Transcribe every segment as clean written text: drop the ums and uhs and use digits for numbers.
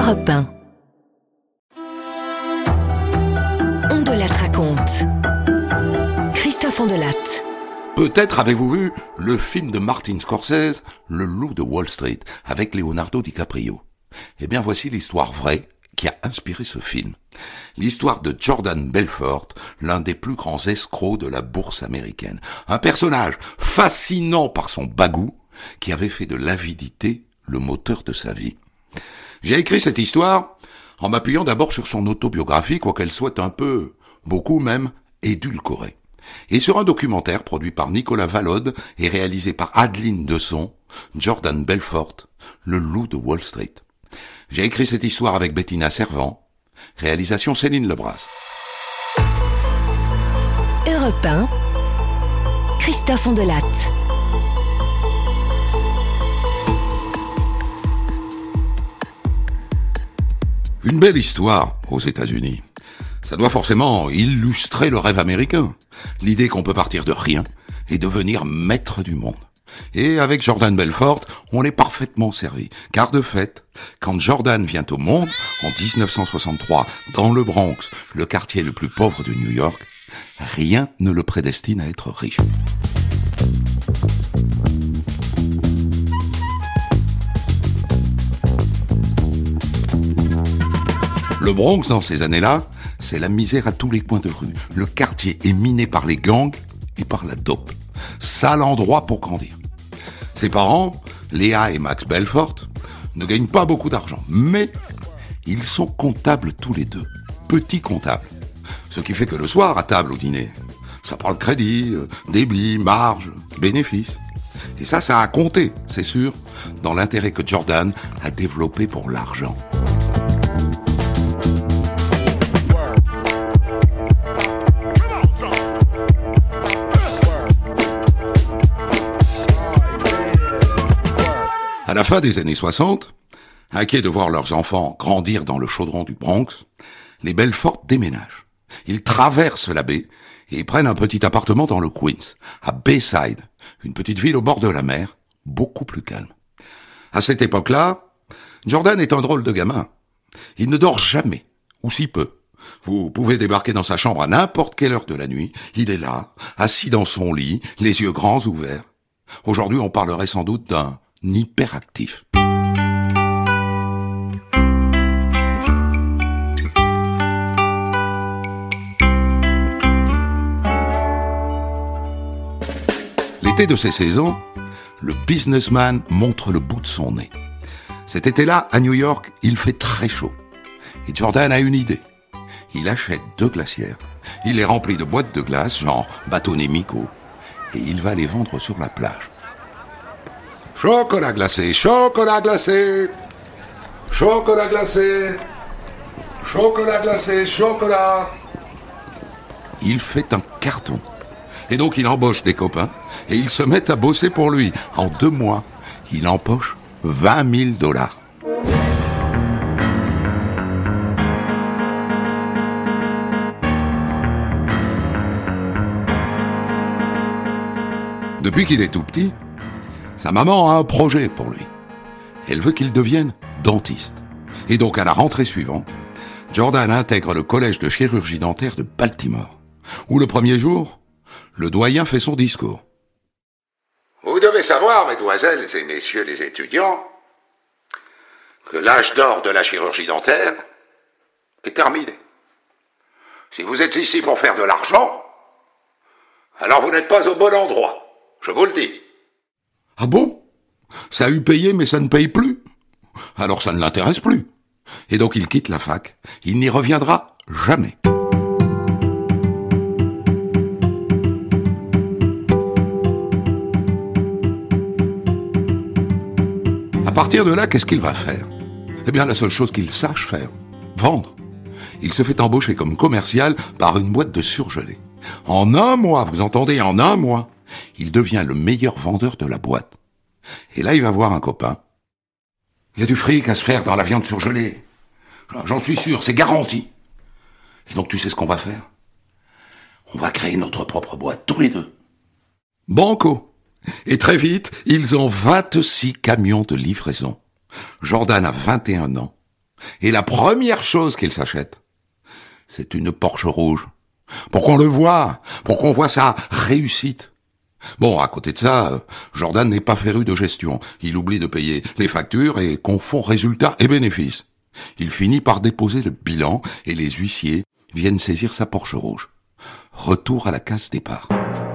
Europe 1. On de la raconte. Christophe Ondelatte. Peut-être avez-vous vu le film de Martin Scorsese, Le Loup de Wall Street, avec Leonardo DiCaprio. Eh bien, voici l'histoire vraie qui a inspiré ce film. L'histoire de Jordan Belfort, l'un des plus grands escrocs de la bourse américaine. Un personnage fascinant par son bagou, qui avait fait de l'avidité le moteur de sa vie. J'ai écrit cette histoire en m'appuyant d'abord sur son autobiographie, quoiqu'elle soit un peu, beaucoup même, édulcorée. Et sur un documentaire produit par Nicolas Vallode et réalisé par Adeline Desson, Jordan Belfort, Le Loup de Wall Street. J'ai écrit cette histoire avec Bettina Servant, réalisation Céline Lebras. Europe 1, Christophe Ondelatte. Une belle histoire aux États-Unis. Ça doit forcément illustrer le rêve américain. L'idée qu'on peut partir de rien et devenir maître du monde. Et avec Jordan Belfort, on est parfaitement servi. Car de fait, quand Jordan vient au monde, en 1963, dans le Bronx, le quartier le plus pauvre de New York, rien ne le prédestine à être riche. Le Bronx, dans ces années-là, c'est la misère à tous les coins de rue. Le quartier est miné par les gangs et par la dope. Sale endroit pour grandir. Ses parents, Léa et Max Belfort, ne gagnent pas beaucoup d'argent, mais ils sont comptables tous les deux. Petits comptables. Ce qui fait que le soir, à table au dîner, ça parle crédit, débit, marge, bénéfice. Et ça a compté, c'est sûr, dans l'intérêt que Jordan a développé pour l'argent. À la fin des années 60, inquiets de voir leurs enfants grandir dans le chaudron du Bronx, les Belfort déménagent. Ils traversent la baie et prennent un petit appartement dans le Queens, à Bayside, une petite ville au bord de la mer, beaucoup plus calme. À cette époque-là, Jordan est un drôle de gamin. Il ne dort jamais, ou si peu. Vous pouvez débarquer dans sa chambre à n'importe quelle heure de la nuit. Il est là, assis dans son lit, les yeux grands ouverts. Aujourd'hui, on parlerait sans doute d'un hyperactif. L'été de ces saisons, le businessman montre le bout de son nez. Cet été-là, à New York, il fait très chaud. Et Jordan a une idée. Il achète 2 glacières. Il les remplit de boîtes de glace, genre bâtonnet Mico, et il va les vendre sur la plage. Chocolat glacé, chocolat glacé, chocolat glacé, chocolat glacé, chocolat. Il fait un carton. Et donc il embauche des copains et ils se mettent à bosser pour lui. En 2 mois, il empoche $20 000. Depuis qu'il est tout petit, sa maman a un projet pour lui. Elle veut qu'il devienne dentiste. Et donc à la rentrée suivante, Jordan intègre le collège de chirurgie dentaire de Baltimore, où le premier jour, le doyen fait son discours. Vous devez savoir, mesdemoiselles et messieurs les étudiants, que l'âge d'or de la chirurgie dentaire est terminé. Si vous êtes ici pour faire de l'argent, alors vous n'êtes pas au bon endroit, je vous le dis. Ah bon ? Ça a eu payé, mais ça ne paye plus. Alors ça ne l'intéresse plus. Et donc il quitte la fac. Il n'y reviendra jamais. À partir de là, qu'est-ce qu'il va faire ? Eh bien, la seule chose qu'il sache faire, vendre. Il se fait embaucher comme commercial par une boîte de surgelés. En 1 mois, vous entendez, en 1 mois, il devient le meilleur vendeur de la boîte. Et là, il va voir un copain. Il y a du fric à se faire dans la viande surgelée. J'en suis sûr, c'est garanti. Et donc, tu sais ce qu'on va faire ? On va créer notre propre boîte, tous les deux. Banco. Et très vite, ils ont 26 camions de livraison. Jordan a 21 ans. Et la première chose qu'il s'achète, c'est une Porsche rouge. Pour qu'on le voie, pour qu'on voit sa réussite. Bon, à côté de ça, Jordan n'est pas féru de gestion. Il oublie de payer les factures et confond résultats et bénéfices. Il finit par déposer le bilan et les huissiers viennent saisir sa Porsche rouge. Retour à la case départ.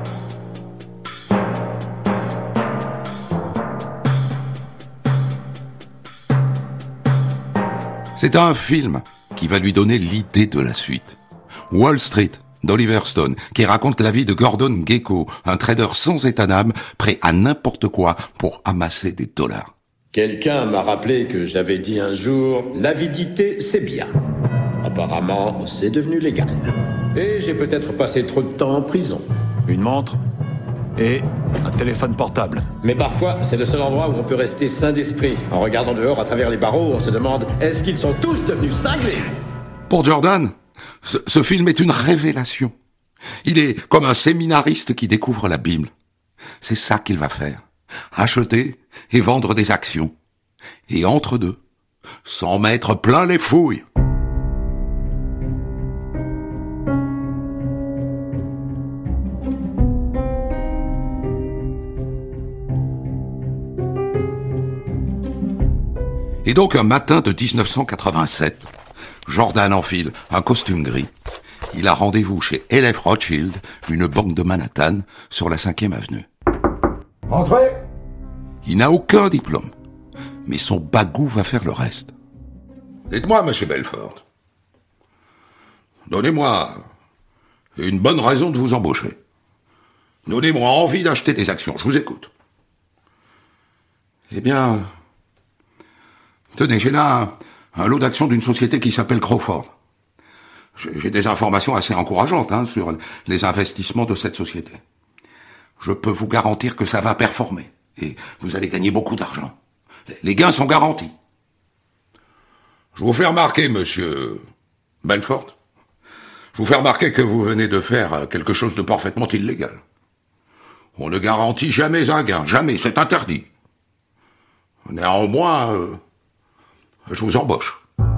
C'est un film qui va lui donner l'idée de la suite. Wall Street, d'Oliver Stone, qui raconte la vie de Gordon Gekko, un trader sans état d'âme, prêt à n'importe quoi pour amasser des dollars. Quelqu'un m'a rappelé que j'avais dit un jour « L'avidité, c'est bien ». Apparemment, c'est devenu légal. Et j'ai peut-être passé trop de temps en prison. Une montre et un téléphone portable. Mais parfois, c'est le seul endroit où on peut rester sain d'esprit. En regardant dehors à travers les barreaux, on se demande « Est-ce qu'ils sont tous devenus cinglés ?» Pour Jordan, ce film est une révélation. Il est comme un séminariste qui découvre la Bible. C'est ça qu'il va faire. Acheter et vendre des actions. Et entre deux, s'en mettre plein les fouilles. Et donc un matin de 1987, Jordan enfile un costume gris. Il a rendez-vous chez L.F. Rothschild, une banque de Manhattan, sur la 5e avenue. Entrez! Il n'a aucun diplôme, mais son bagou va faire le reste. Dites-moi, monsieur Belfort, donnez-moi une bonne raison de vous embaucher. Donnez-moi envie d'acheter des actions, je vous écoute. Eh bien, tenez, j'ai là un lot d'actions d'une société qui s'appelle Crawford. J'ai des informations assez encourageantes sur les investissements de cette société. Je peux vous garantir que ça va performer. Et vous allez gagner beaucoup d'argent. Les gains sont garantis. Je vous fais remarquer, monsieur Belfort, je vous fais remarquer que vous venez de faire quelque chose de parfaitement illégal. On ne garantit jamais un gain, jamais, c'est interdit. Néanmoins, je vous embauche.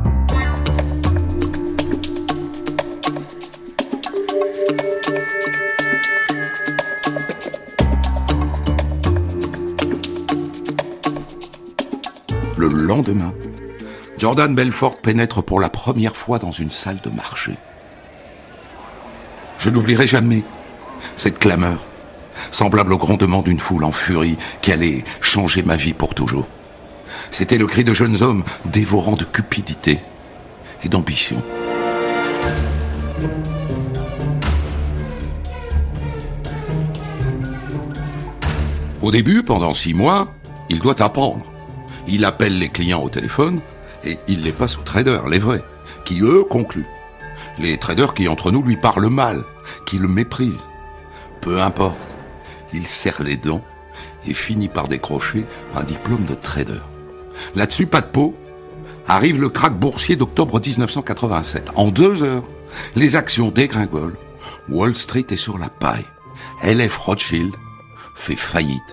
Le lendemain, Jordan Belfort pénètre pour la première fois dans une salle de marché. Je n'oublierai jamais cette clameur, semblable au grondement d'une foule en furie qui allait changer ma vie pour toujours. C'était le cri de jeunes hommes dévorants de cupidité et d'ambition. Au début, pendant 6 mois, il doit apprendre. Il appelle les clients au téléphone et il les passe aux traders, les vrais, qui eux concluent. Les traders qui entre nous lui parlent mal, qui le méprisent. Peu importe, il serre les dents et finit par décrocher un diplôme de trader. Là-dessus, pas de peau, arrive le krach boursier d'octobre 1987. En 2 heures, les actions dégringolent, Wall Street est sur la paille. L.F. Rothschild fait faillite.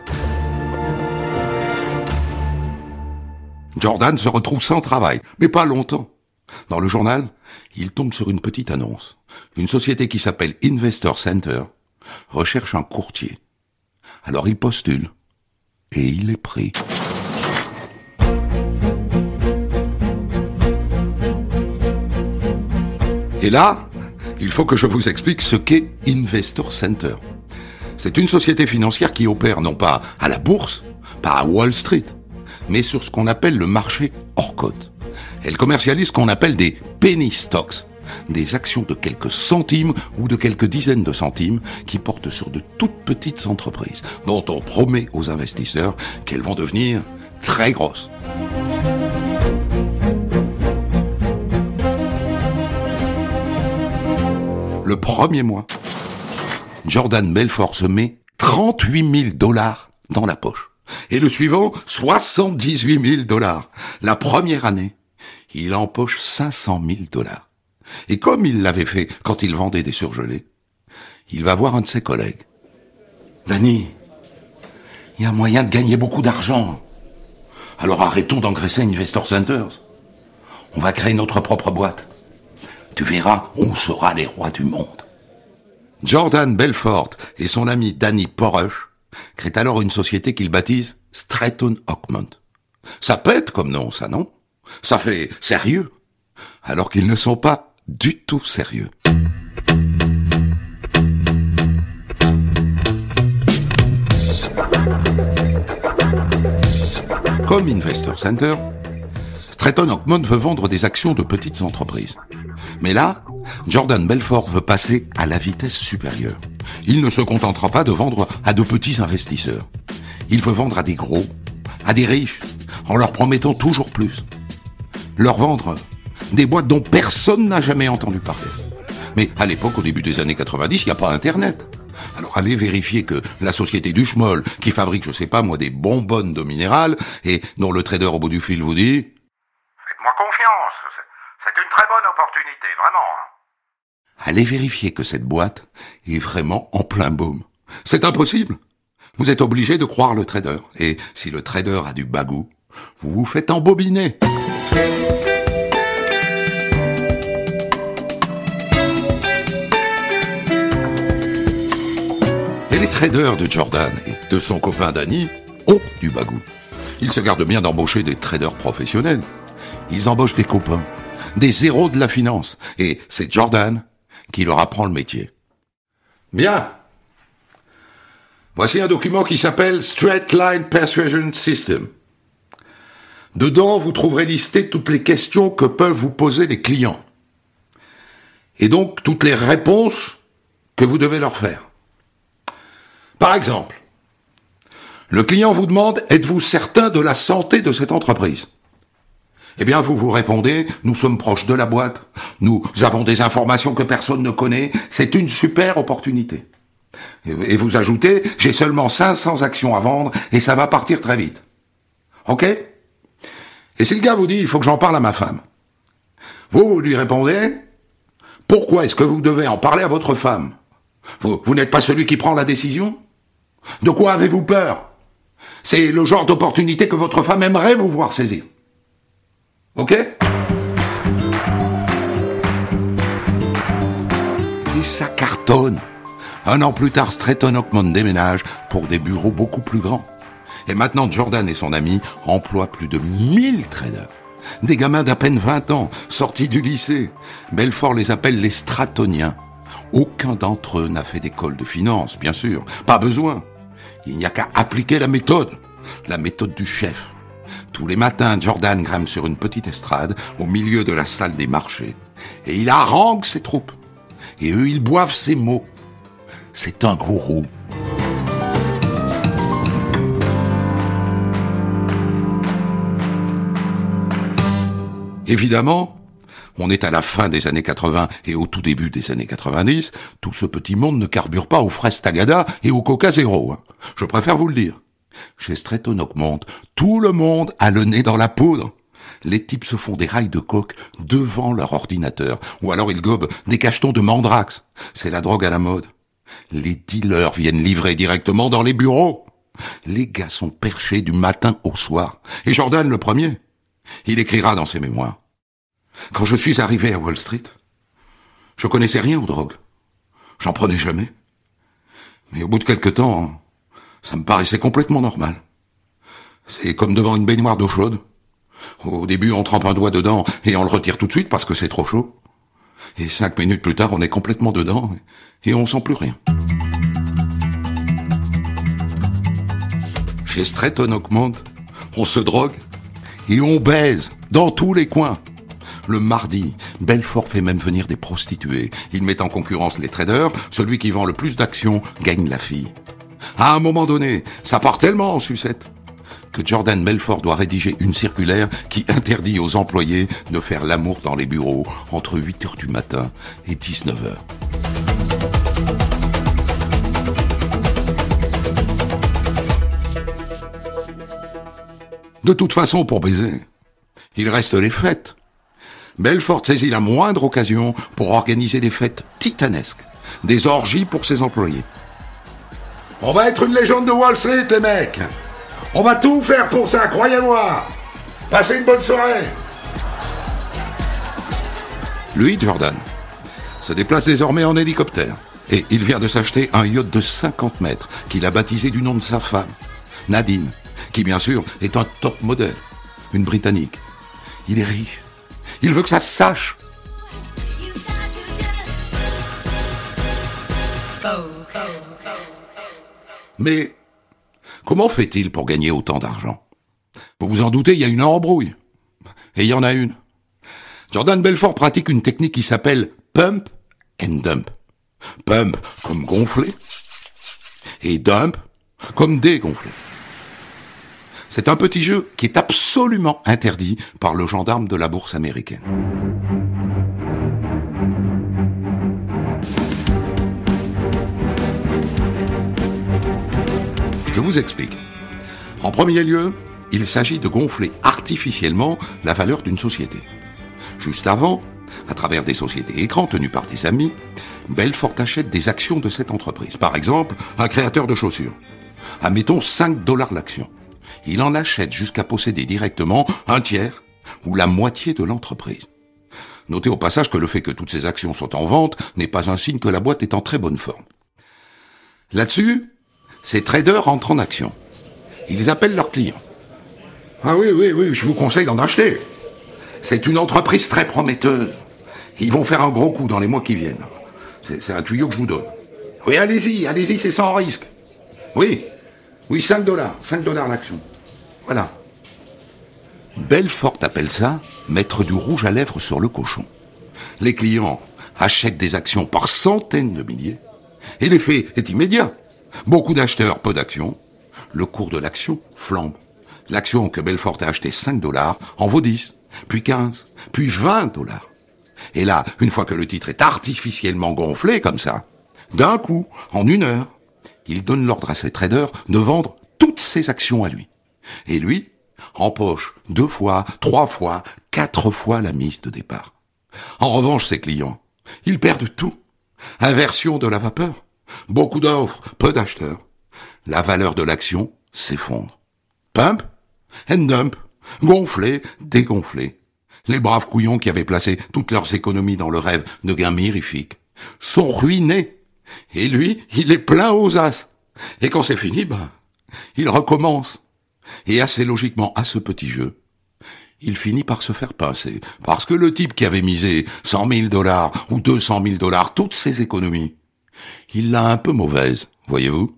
Jordan se retrouve sans travail, mais pas longtemps. Dans le journal, il tombe sur une petite annonce. Une société qui s'appelle Investor Center recherche un courtier. Alors il postule, et il est pris. Et là, il faut que je vous explique ce qu'est Investor Center. C'est une société financière qui opère non pas à la bourse, pas à Wall Street, mais sur ce qu'on appelle le marché hors cote. Elle commercialise ce qu'on appelle des penny stocks, des actions de quelques centimes ou de quelques dizaines de centimes qui portent sur de toutes petites entreprises, dont on promet aux investisseurs qu'elles vont devenir très grosses. Le premier mois, Jordan Belfort se met 38 000 $ dans la poche. Et le suivant, 78 000 $. La première année, il empoche 500 000 $. Et comme il l'avait fait quand il vendait des surgelés, il va voir un de ses collègues. « Danny, il y a moyen de gagner beaucoup d'argent. Alors arrêtons d'engraisser Investor Centers. On va créer notre propre boîte. Tu verras, on sera les rois du monde. Jordan Belfort et son ami Danny Porush créent alors une société qu'ils baptisent Stratton Oakmont. Ça pète comme nom, ça, non? Ça fait sérieux. Alors qu'ils ne sont pas du tout sérieux. Comme Investor Center, Stratton Oakmont veut vendre des actions de petites entreprises. Mais là, Jordan Belfort veut passer à la vitesse supérieure. Il ne se contentera pas de vendre à de petits investisseurs. Il veut vendre à des gros, à des riches, en leur promettant toujours plus. Leur vendre des boîtes dont personne n'a jamais entendu parler. Mais à l'époque, au début des années 90, il n'y a pas Internet. Alors allez vérifier que la société du Schmoll, qui fabrique, je sais pas moi, des bonbonnes de minéral, et dont le trader au bout du fil vous dit « Faites-moi confiance, c'est une très bonne opportunité, vraiment. Hein. » Allez vérifier que cette boîte est vraiment en plein boom. C'est impossible. Vous êtes obligé de croire le trader. Et si le trader a du bagou, vous vous faites embobiner. Et les traders de Jordan et de son copain Danny ont du bagou. Ils se gardent bien d'embaucher des traders professionnels. Ils embauchent des copains, des héros de la finance. Et c'est Jordan qui leur apprend le métier. Bien. Voici un document qui s'appelle Straight Line Persuasion System. Dedans, vous trouverez listées toutes les questions que peuvent vous poser les clients. Et donc, toutes les réponses que vous devez leur faire. Par exemple, le client vous demande « Êtes-vous certain de la santé de cette entreprise ?» Eh bien, vous répondez « Nous sommes proches de la boîte, nous avons des informations que personne ne connaît, c'est une super opportunité. » Et vous ajoutez « J'ai seulement 500 actions à vendre et ça va partir très vite. » Ok ? Et si le gars vous dit « Il faut que j'en parle à ma femme », vous lui répondez « Pourquoi est-ce que vous devez en parler à votre femme ? Vous n'êtes pas celui qui prend la décision ? De quoi avez-vous peur ? C'est le genre d'opportunité que votre femme aimerait vous voir saisir. Ok ? Et ça cartonne. 1 an plus tard, Stratton Oakmont déménage pour des bureaux beaucoup plus grands. Et maintenant, Jordan et son ami emploient plus de 1000 traders. Des gamins d'à peine 20 ans, sortis du lycée. Belfort les appelle les Strattoniens. Aucun d'entre eux n'a fait d'école de finance, bien sûr. Pas besoin. Il n'y a qu'à appliquer la méthode du chef. Tous les matins, Jordan grimpe sur une petite estrade au milieu de la salle des marchés. Et il harangue ses troupes. Et eux, ils boivent ses mots. C'est un gourou. Évidemment, on est à la fin des années 80 et au tout début des années 90, tout ce petit monde ne carbure pas aux fraises Tagada et au Coca Zéro. Je préfère vous le dire. Chez Stratton Oakmont, tout le monde a le nez dans la poudre. Les types se font des rails de coke devant leur ordinateur, ou alors ils gobent des cachetons de Mandrax. C'est la drogue à la mode. Les dealers viennent livrer directement dans les bureaux. Les gars sont perchés du matin au soir. Et Jordan, le premier, il écrira dans ses mémoires. Quand je suis arrivé à Wall Street, je connaissais rien aux drogues. J'en prenais jamais. Mais au bout de quelque temps, ça me paraissait complètement normal. C'est comme devant une baignoire d'eau chaude. Au début, on trempe un doigt dedans et on le retire tout de suite parce que c'est trop chaud. Et 5 minutes plus tard, on est complètement dedans et on sent plus rien. Chez Stratton Oakmont, on se drogue et on baise dans tous les coins. Le mardi, Belfort fait même venir des prostituées. Il met en concurrence les traders. Celui qui vend le plus d'actions gagne la fille. À un moment donné, ça part tellement en sucette que Jordan Belfort doit rédiger une circulaire qui interdit aux employés de faire l'amour dans les bureaux entre 8h du matin et 19h. De toute façon, pour baiser, il reste les fêtes. Belfort saisit la moindre occasion pour organiser des fêtes titanesques, des orgies pour ses employés. On va être une légende de Wall Street, les mecs. On va tout faire pour ça, croyez-moi. Passez une bonne soirée. Lui, Jordan, se déplace désormais en hélicoptère. Et il vient de s'acheter un yacht de 50 mètres qu'il a baptisé du nom de sa femme, Nadine, qui bien sûr est un top modèle, une Britannique. Il est riche. Il veut que ça se sache. Mais comment fait-il pour gagner autant d'argent ? Vous vous en doutez, il y a une embrouille. Et il y en a une. Jordan Belfort pratique une technique qui s'appelle pump and dump. Pump comme gonfler et dump comme dégonfler. C'est un petit jeu qui est absolument interdit par le gendarme de la bourse américaine. Je vous explique. En premier lieu, il s'agit de gonfler artificiellement la valeur d'une société. Juste avant, à travers des sociétés écrans tenues par des amis, Belfort achète des actions de cette entreprise. Par exemple, un créateur de chaussures. Admettons $5 l'action. Il en achète jusqu'à posséder directement un tiers ou la moitié de l'entreprise. Notez au passage que le fait que toutes ces actions soient en vente n'est pas un signe que la boîte est en très bonne forme. Là-dessus, ces traders entrent en action. Ils appellent leurs clients. « Ah oui, je vous conseille d'en acheter. C'est une entreprise très prometteuse. Ils vont faire un gros coup dans les mois qui viennent. C'est un tuyau que je vous donne. Oui, allez-y, c'est sans risque. Oui, $5 l'action. Voilà. » Belfort appelle ça mettre du rouge à lèvres sur le cochon. Les clients achètent des actions par centaines de milliers et l'effet est immédiat. Beaucoup d'acheteurs, peu d'actions. Le cours de l'action flambe. L'action que Belfort a achetée $5 en vaut 10, puis 15, puis $20. Et là, une fois que le titre est artificiellement gonflé comme ça, d'un coup, en 1 heure, il donne l'ordre à ses traders de vendre toutes ses actions à lui. Et lui empoche 2 fois, 3 fois, 4 fois la mise de départ. En revanche, ses clients, ils perdent tout. Inversion de la vapeur. Beaucoup d'offres, peu d'acheteurs. La valeur de l'action s'effondre. Pump and dump. Gonfler, dégonfler. Les braves couillons qui avaient placé toutes leurs économies dans le rêve de gains mirifiques sont ruinés. Et lui, il est plein aux as. Et quand c'est fini, il recommence. Et assez logiquement, à ce petit jeu, il finit par se faire pincer. Parce que le type qui avait misé $100 000 ou $200 000, toutes ses économies, il l'a un peu mauvaise, voyez-vous.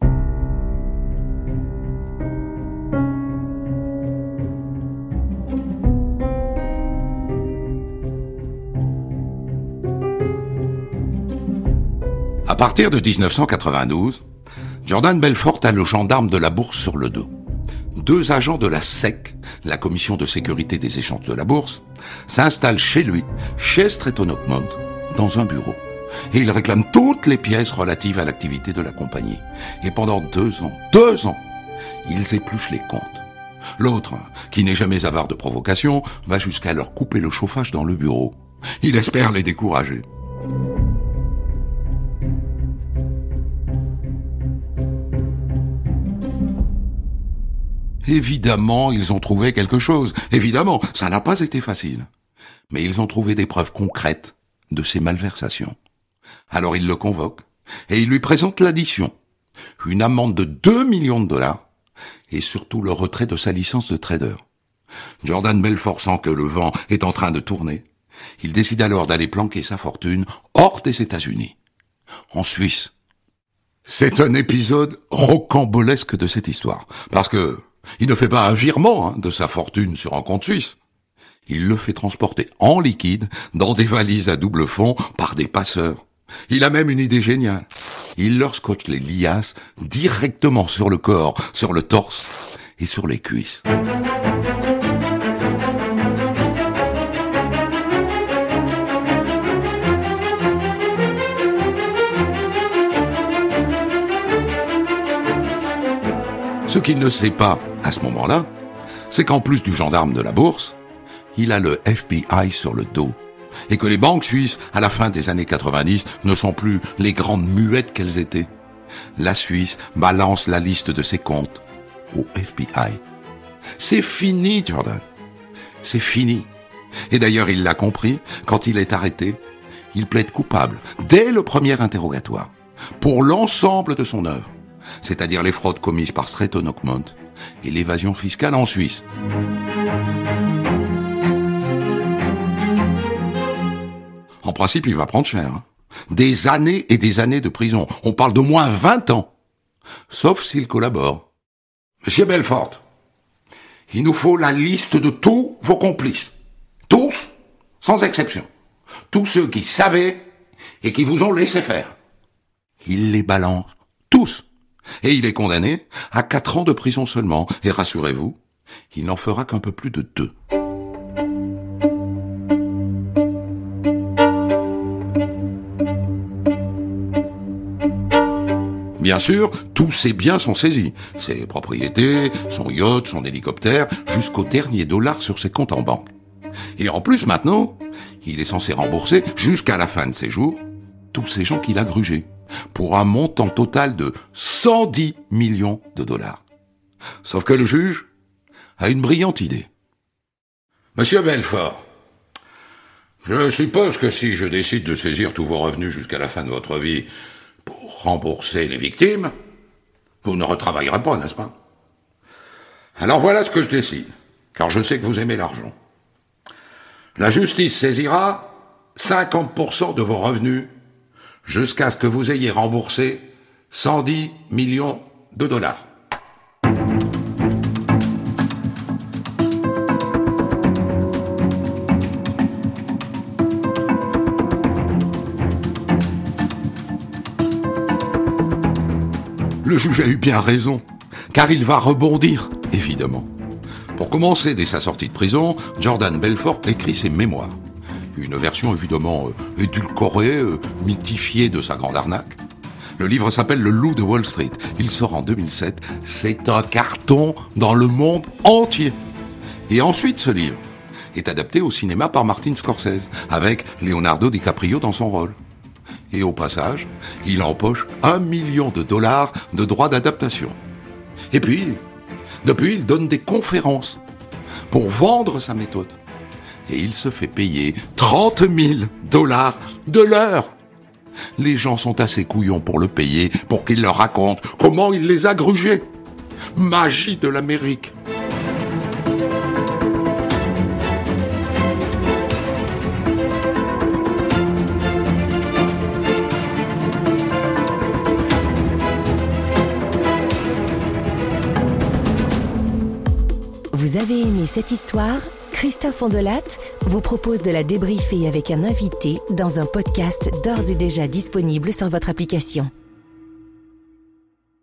À partir de 1992, Jordan Belfort a le gendarme de la bourse sur le dos. 2 agents de la SEC, la commission de sécurité des échanges de la bourse, s'installent chez lui, chez Stretton Oakmont, dans un bureau. Et ils réclament toutes les pièces relatives à l'activité de la compagnie. Et pendant 2 ans, ils épluchent les comptes. L'autre, qui n'est jamais avare de provocation, va jusqu'à leur couper le chauffage dans le bureau. Il espère les décourager. Évidemment, ils ont trouvé quelque chose. Évidemment, ça n'a pas été facile. Mais ils ont trouvé des preuves concrètes de ces malversations. Alors ils le convoquent et ils lui présentent l'addition. Une amende de $2 millions et surtout le retrait de sa licence de trader. Jordan Belfort sent que le vent est en train de tourner. Il décide alors d'aller planquer sa fortune hors des États-Unis, en Suisse. C'est un épisode rocambolesque de cette histoire, parce que il ne fait pas un virement de sa fortune sur un compte suisse. Il le fait transporter en liquide dans des valises à double fond par des passeurs. Il a même une idée géniale. Il leur scotche les liasses directement sur le corps, sur le torse et sur les cuisses. Ce qu'il ne sait pas, à ce moment-là, c'est qu'en plus du gendarme de la bourse, il a le FBI sur le dos. Et que les banques suisses, à la fin des années 90, ne sont plus les grandes muettes qu'elles étaient. La Suisse balance la liste de ses comptes au FBI. C'est fini, Jordan. C'est fini. Et d'ailleurs, il l'a compris, quand il est arrêté, il plaide coupable, dès le premier interrogatoire, pour l'ensemble de son œuvre, c'est-à-dire les fraudes commises par Stratton Oakmont et l'évasion fiscale en Suisse. En principe, il va prendre cher. Des années et des années de prison. On parle d'au moins 20 ans. Sauf s'il collabore. Monsieur Belfort, il nous faut la liste de tous vos complices. Tous, sans exception. Tous ceux qui savaient et qui vous ont laissé faire. Il les balance. Tous. Et il est condamné à 4 ans de prison seulement. Et rassurez-vous, il n'en fera qu'un peu plus de 2. Bien sûr, tous ses biens sont saisis. Ses propriétés, son yacht, son hélicoptère, jusqu'au dernier dollar sur ses comptes en banque. Et en plus, maintenant, il est censé rembourser, jusqu'à la fin de ses jours, tous ces gens qu'il a grugés, pour un montant total de 110 millions de dollars. Sauf que le juge a une brillante idée. Monsieur Belfort, je suppose que si je décide de saisir tous vos revenus jusqu'à la fin de votre vie pour rembourser les victimes, vous ne retravaillerez pas, n'est-ce pas? Alors voilà ce que je décide, car je sais que vous aimez l'argent. La justice saisira 50% de vos revenus jusqu'à ce que vous ayez remboursé 110 millions de dollars. Le juge a eu bien raison, car il va rebondir, évidemment. Pour commencer, dès sa sortie de prison, Jordan Belfort écrit ses mémoires. Une version évidemment édulcorée, mythifiée de sa grande arnaque. Le livre s'appelle Le Loup de Wall Street. Il sort en 2007. C'est un carton dans le monde entier. Et ensuite, ce livre est adapté au cinéma par Martin Scorsese, avec Leonardo DiCaprio dans son rôle. Et au passage, il empoche $1 million de droits d'adaptation. Et puis, depuis, il donne des conférences pour vendre sa méthode. Et il se fait payer $30 000 de l'heure. Les gens sont assez couillons pour le payer, pour qu'il leur raconte comment il les a grugés. Magie de l'Amérique. Vous avez aimé cette histoire? Christophe Ondelatte vous propose de la débriefer avec un invité dans un podcast d'ores et déjà disponible sur votre application.